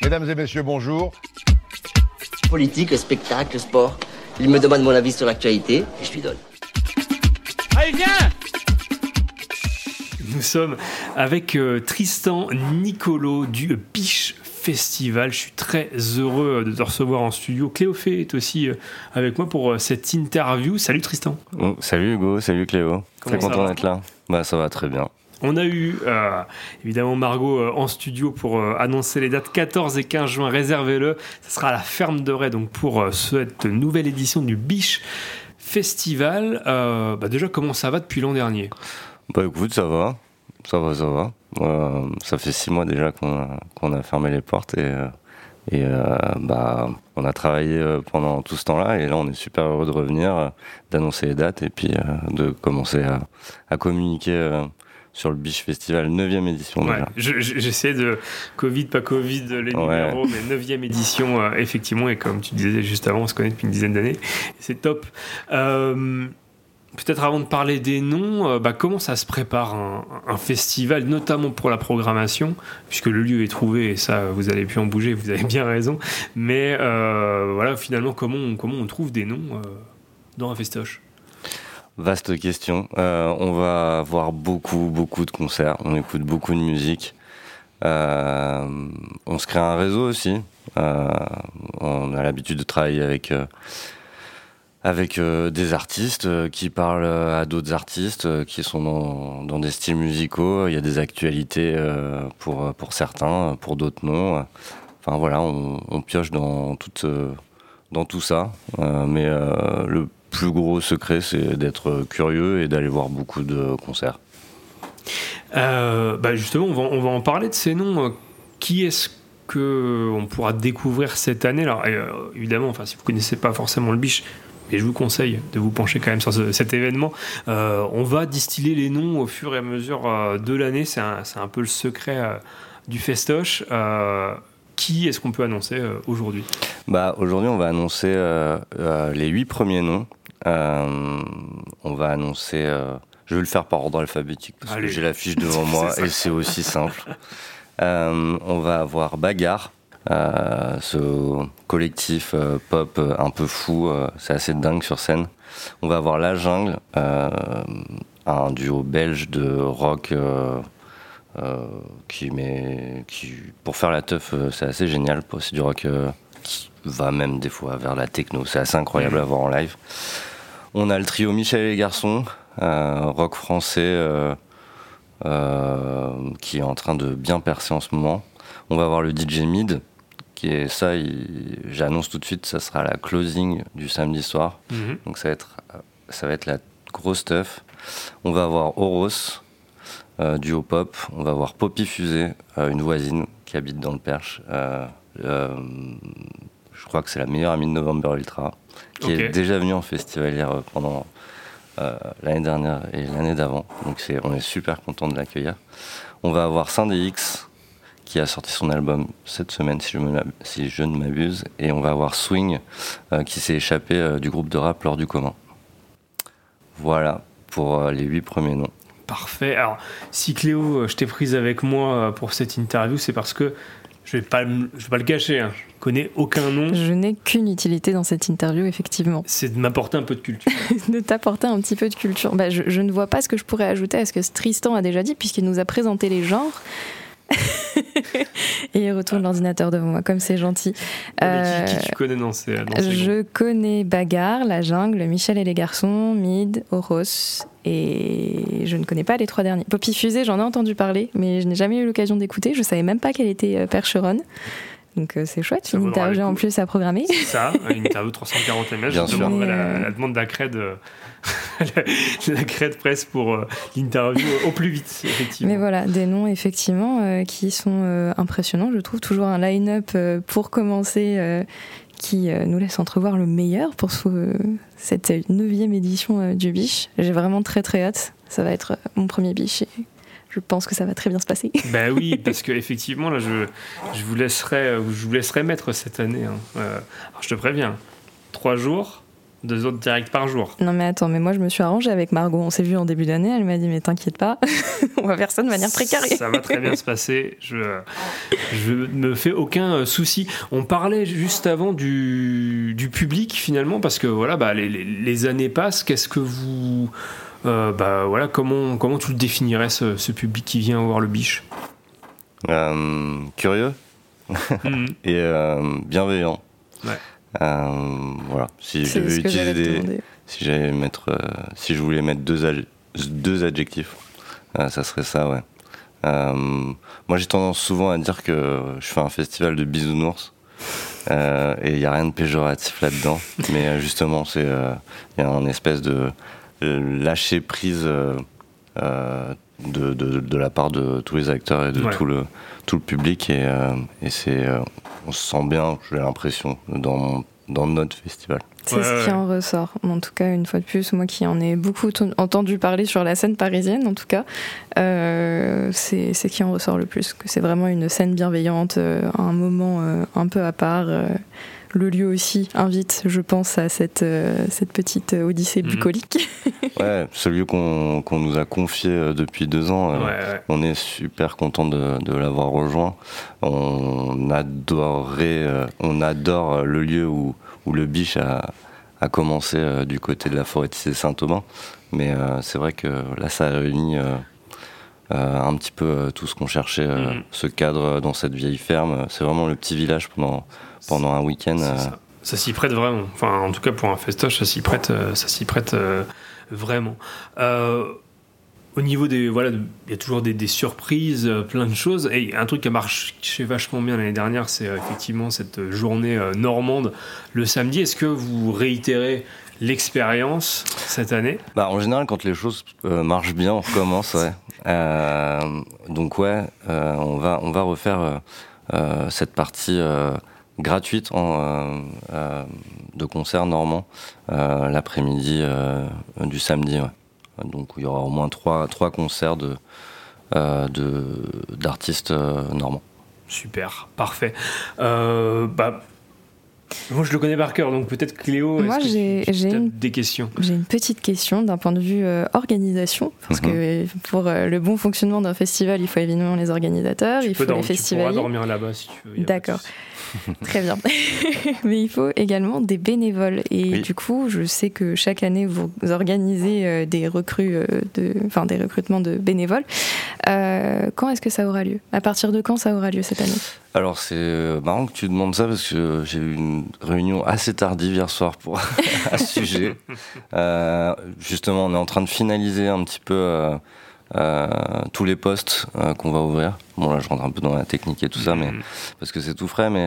Mesdames et messieurs, bonjour. Politique, le spectacle, le sport. Il me demande mon avis sur l'actualité et je lui donne. Allez, viens! Nous sommes avec Tristan Nicolo du Biche Festival. Je suis très heureux de te recevoir en studio. Cléophée est aussi avec moi pour cette interview. Salut Tristan. Oh, salut Hugo, salut Cléo. Très content d'être là. Ça va très bien. On a eu évidemment Margot en studio pour annoncer les dates 14 et 15 juin. Réservez-le. Ce sera à la Ferme de Ray donc pour cette nouvelle édition du Biche Festival. Déjà, comment ça va depuis l'an dernier ? Écoute, ça va. Ça fait 6 mois déjà qu'on a fermé les portes et on a travaillé pendant tout ce temps-là et là on est super heureux de revenir, d'annoncer les dates et puis de commencer à communiquer sur le Biche Festival 9e édition déjà. J'essaie de Covid, pas Covid, les numéros, mais 9e édition effectivement, et comme tu disais juste avant, on se connaît depuis une dizaine d'années, c'est top. Peut-être avant de parler des noms, comment ça se prépare un festival, notamment pour la programmation, puisque le lieu est trouvé et ça, vous allez plus en bouger, vous avez bien raison. Mais finalement, comment on trouve des noms dans un festoche ? Vaste question. On va avoir beaucoup de concerts, on écoute beaucoup de musique. On se crée un réseau aussi. On a l'habitude de travailler avec des artistes qui parlent à d'autres artistes qui sont dans des styles musicaux. Il y a des actualités pour certains, pour d'autres non. Enfin voilà, on pioche dans tout ça. Mais le plus gros secret, c'est d'être curieux et d'aller voir beaucoup de concerts. Justement, on va en parler de ces noms. Qui est-ce qu'on pourra découvrir cette année ? Alors, évidemment, si vous ne connaissez pas forcément le Biche, et je vous conseille de vous pencher quand même sur cet événement. On va distiller les noms au fur et à mesure de l'année. C'est un peu le secret du festoche. Qui est-ce qu'on peut annoncer aujourd'hui ? Aujourd'hui, on va annoncer les 8 premiers noms. On va annoncer... je vais le faire par ordre alphabétique parce que j'ai la fiche devant moi et c'est aussi simple. On va avoir Bagarre. Ce collectif pop un peu fou, c'est assez dingue sur scène. On va avoir La Jungle, un duo belge de rock qui pour faire la teuf, c'est assez génial. C'est du rock qui va même des fois vers la techno, c'est assez incroyable à voir en live. On a le trio Michel et les Garçons, rock français qui est en train de bien percer en ce moment. On va avoir le DJ Mid, qui est ça, j'annonce tout de suite, ça sera la closing du samedi soir. Donc ça va être la grosse stuff. On va avoir Oros, duo pop. On va avoir Poppy Fusée, une voisine qui habite dans le Perche. Je crois que c'est la meilleure amie de November Ultra, qui est déjà venue en festivalière pendant l'année dernière et l'année d'avant. Donc on est super content de l'accueillir. On va avoir Syndé-X, qui a sorti son album cette semaine, si je ne m'abuse. Et on va avoir Swing, qui s'est échappé du groupe de rap L'Heure du Commun. Voilà pour les 8 premiers noms. Parfait. Alors, si Cléo, je t'ai prise avec moi pour cette interview, c'est parce que je vais pas le cacher, je ne connais aucun nom. Je n'ai qu'une utilité dans cette interview, effectivement. C'est de m'apporter un peu de culture. De t'apporter un petit peu de culture. Je ne vois pas ce que je pourrais ajouter à ce que Tristan a déjà dit, puisqu'il nous a présenté les genres. Et il retourne l'ordinateur devant moi, comme c'est gentil. Qui tu connais dans ces Je connais Bagarre, La Jungle, Michel et les Garçons, Mid, Oros, et je ne connais pas les 3 derniers. Poppy Fusée, j'en ai entendu parler, mais je n'ai jamais eu l'occasion d'écouter. Je savais même pas qu'elle était percheronne. Donc c'est chouette, une interview en plus à programmer. C'est ça, une interview 340 ms. Je demanderai la demande d'Acred, la Cred Presse pour l'interview au plus vite, effectivement. Mais voilà, des noms effectivement qui sont impressionnants. Je trouve toujours un line-up pour commencer qui nous laisse entrevoir le meilleur pour cette 9e édition du Biche. J'ai vraiment très très hâte. Ça va être mon premier Biche et je pense que ça va très bien se passer. Ben oui, parce qu'effectivement, là, je vous laisserai mettre cette année. Alors, je te préviens, 3 jours, 2 autres directs par jour. Non mais attends, mais moi je me suis arrangée avec Margot, on s'est vu en début d'année, elle m'a dit mais t'inquiète pas, on va faire ça de manière très carrée. Ça va très bien se passer, je me fais aucun souci. On parlait juste avant du public finalement, parce que voilà, les années passent, qu'est-ce que vous... comment tu le définirais ce public qui vient voir le biche? Curieux et bienveillant. Ouais. Voilà. Si je devais utiliser si je voulais mettre deux adjectifs, ça serait ça, ouais. Moi, j'ai tendance souvent à dire que je fais un festival de bisounours. Et il n'y a rien de péjoratif là-dedans. Mais justement, il y a une espèce de lâcher prise de la part de tous les acteurs et de tout le public. Et on se sent bien, j'ai l'impression, dans notre festival. C'est ce qui en ressort. En tout cas, une fois de plus, moi qui en ai beaucoup entendu parler sur la scène parisienne, en tout cas, c'est ce qui en ressort le plus. Que c'est vraiment une scène bienveillante, un moment un peu à part. Le lieu aussi invite, je pense, à cette petite odyssée bucolique. Ouais, ce lieu qu'on nous a confié depuis 2 ans, on est super content de l'avoir rejoint. On adore le lieu où le biche a commencé du côté de la forêt de Saint-Aubin. Mais c'est vrai que là, ça réunit un petit peu tout ce qu'on cherchait, ce cadre dans cette vieille ferme. C'est vraiment le petit village pendant un week-end. Ça s'y prête vraiment. Enfin, en tout cas, pour un festoche, ça s'y prête vraiment. Au niveau des... Voilà, il y a toujours des surprises, plein de choses. Et un truc qui a marché vachement bien l'année dernière, c'est effectivement cette journée normande le samedi. Est-ce que vous réitérez l'expérience cette année? En général, quand les choses marchent bien, on recommence, ouais. Donc on va refaire cette partie gratuite de concert normand l'après-midi du samedi, ouais. Donc il y aura au moins 3 concerts d'artistes normands. Super, parfait. Moi je le connais par cœur, donc peut-être Cléo, moi, j'ai des questions. J'ai une petite question d'un point de vue organisation, parce que pour le bon fonctionnement d'un festival, il faut évidemment les organisateurs, il faut les festivaliers. Tu pourras dormir là-bas si tu veux. D'accord. Très bien. Mais il faut également des bénévoles. Et du coup, je sais que chaque année, vous organisez des recrutements de bénévoles. Quand est-ce que ça aura lieu? À partir de quand ça aura lieu cette année? Alors, c'est marrant que tu demandes ça parce que j'ai eu une réunion assez tardive hier soir à ce sujet. Justement, on est en train de finaliser un petit peu tous les postes qu'on va ouvrir. Bon, là, je rentre un peu dans la technique et tout ça, mais parce que c'est tout frais, mais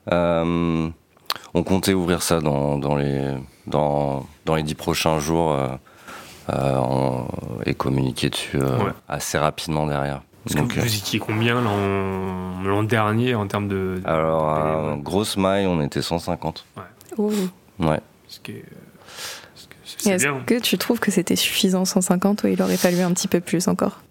on comptait ouvrir ça dans les 10 prochains jours et communiquer dessus assez rapidement derrière. Donc, vous étiez combien l'an dernier en termes de... Alors, grosse maille, on était 150. Ouais. Oh. Ouais. Est-ce que tu trouves que c'était suffisant 150 ou il aurait fallu un petit peu plus encore?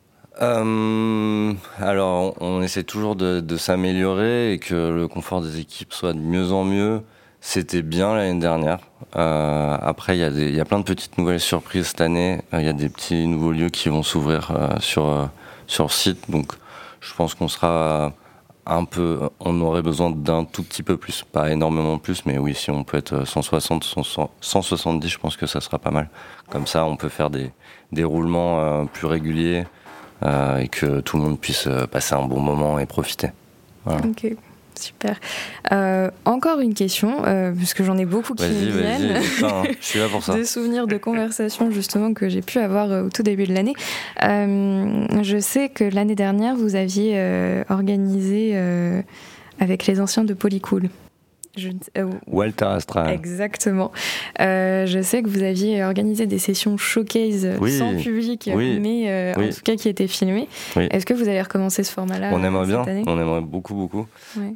Alors, on essaie toujours de s'améliorer et que le confort des équipes soit de mieux en mieux. C'était bien l'année dernière. Après, il y a plein de petites nouvelles surprises cette année. Il y a des petits nouveaux lieux qui vont s'ouvrir sur le site. Donc, je pense qu'on sera on aurait besoin d'un tout petit peu plus. Pas énormément plus, mais oui, si on peut être 160, 170, je pense que ça sera pas mal. Comme ça, on peut faire des roulements plus réguliers et que tout le monde puisse passer un bon moment et profiter. Voilà. Ok. Super. Encore une question, puisque j'en ai beaucoup qui me viennent. Je suis là pour ça. Des souvenirs de conversations justement que j'ai pu avoir au tout début de l'année. Je sais que l'année dernière, vous aviez organisé avec les anciens de Polycool. Walter Astra. Exactement. Je sais que vous aviez organisé des sessions showcase sans public, mais en tout cas qui étaient filmées. Oui. Est-ce que vous allez recommencer ce format-là? On aimerait bien, année? on aimerait beaucoup. Oui.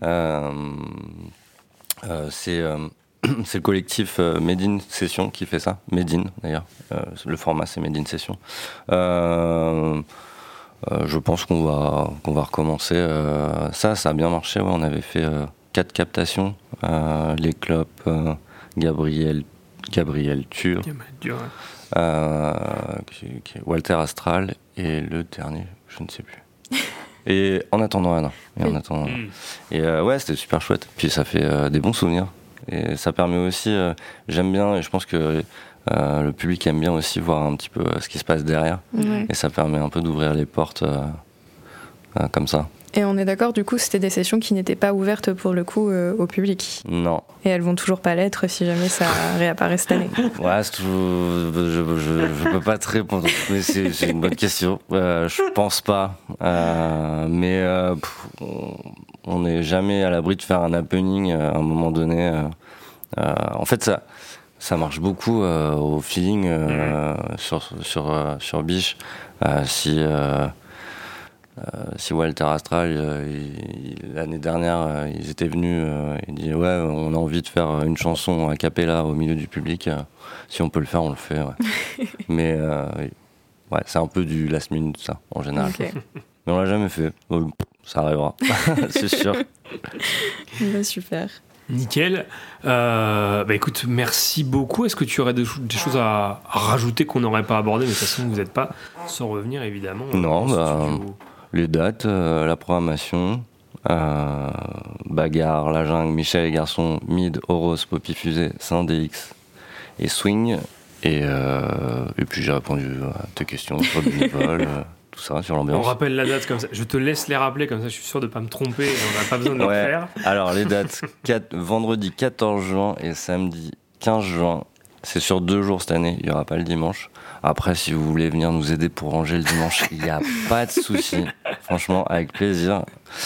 C'est le collectif Made in Session qui fait ça. Made in d'ailleurs. Le format c'est Made in Session. Je pense qu'on va recommencer. Ça a bien marché. Ouais, on avait fait 4 captations, les clopes, Gabriel, Gabriel Tur, Walter Astral, et le dernier, je ne sais plus. Et en attendant Anna. Et ouais, c'était super chouette. Puis ça fait des bons souvenirs. Et ça permet aussi, j'aime bien, et je pense que le public aime bien aussi voir un petit peu ce qui se passe derrière. Ouais. Et ça permet un peu d'ouvrir les portes comme ça. Et on est d'accord, du coup, c'était des sessions qui n'étaient pas ouvertes pour le coup au public. Non. Et elles vont toujours pas l'être si jamais ça réapparaît cette année. Ouais, je peux pas te répondre, mais c'est une bonne question. Je pense pas. Mais on n'est jamais à l'abri de faire un happening à un moment donné. En fait, ça marche beaucoup au feeling sur Biche. Si Walter Astral, l'année dernière, ils étaient venus, ils disaient ouais, on a envie de faire une chanson a cappella au milieu du public. Si on peut le faire, on le fait. Ouais. Mais ouais, c'est un peu du last minute, ça, en général. Okay. Mais on l'a jamais fait. Ça arrivera, c'est sûr. Bah, super. Nickel. Écoute, merci beaucoup. Est-ce que tu aurais des choses à rajouter qu'on n'aurait pas abordé, mais de toute façon, vous n'êtes pas sans revenir, évidemment. Non, les dates, la programmation, Bagarre, La Jungle, Michel et Garçons, Mid, Horos, Poppy Fusée, Saint-DX et Swing. Et puis j'ai répondu à tes questions sur le bénévole, tout ça, sur l'ambiance. On rappelle la date comme ça. Je te laisse les rappeler, comme ça je suis sûr de ne pas me tromper et on n'a pas besoin de le faire. Alors les dates, vendredi 14 juin et samedi 15 juin. C'est sur 2 jours cette année, il n'y aura pas le dimanche. Après, si vous voulez venir nous aider pour ranger le dimanche, il n'y a pas de souci. Franchement, avec plaisir.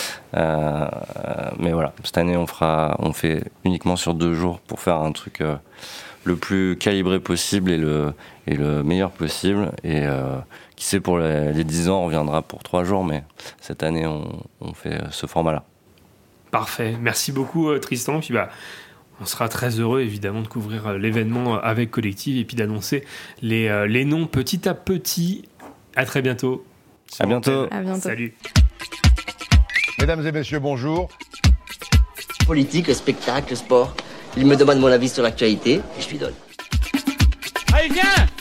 Mais voilà, cette année, on fait uniquement sur 2 jours pour faire un truc le plus calibré possible et le meilleur possible. Et qui sait, pour les 10 ans, on reviendra pour 3 jours. Mais cette année, on fait ce format-là. Parfait. Merci beaucoup, Tristan. Puis on sera très heureux, évidemment, de couvrir l'événement avec Collective et puis d'annoncer les noms petit à petit. À très bientôt. À bientôt. Salut. Mesdames et messieurs, bonjour. Politique, spectacle, sport. Il me demande mon avis sur l'actualité et je lui donne. Allez, viens!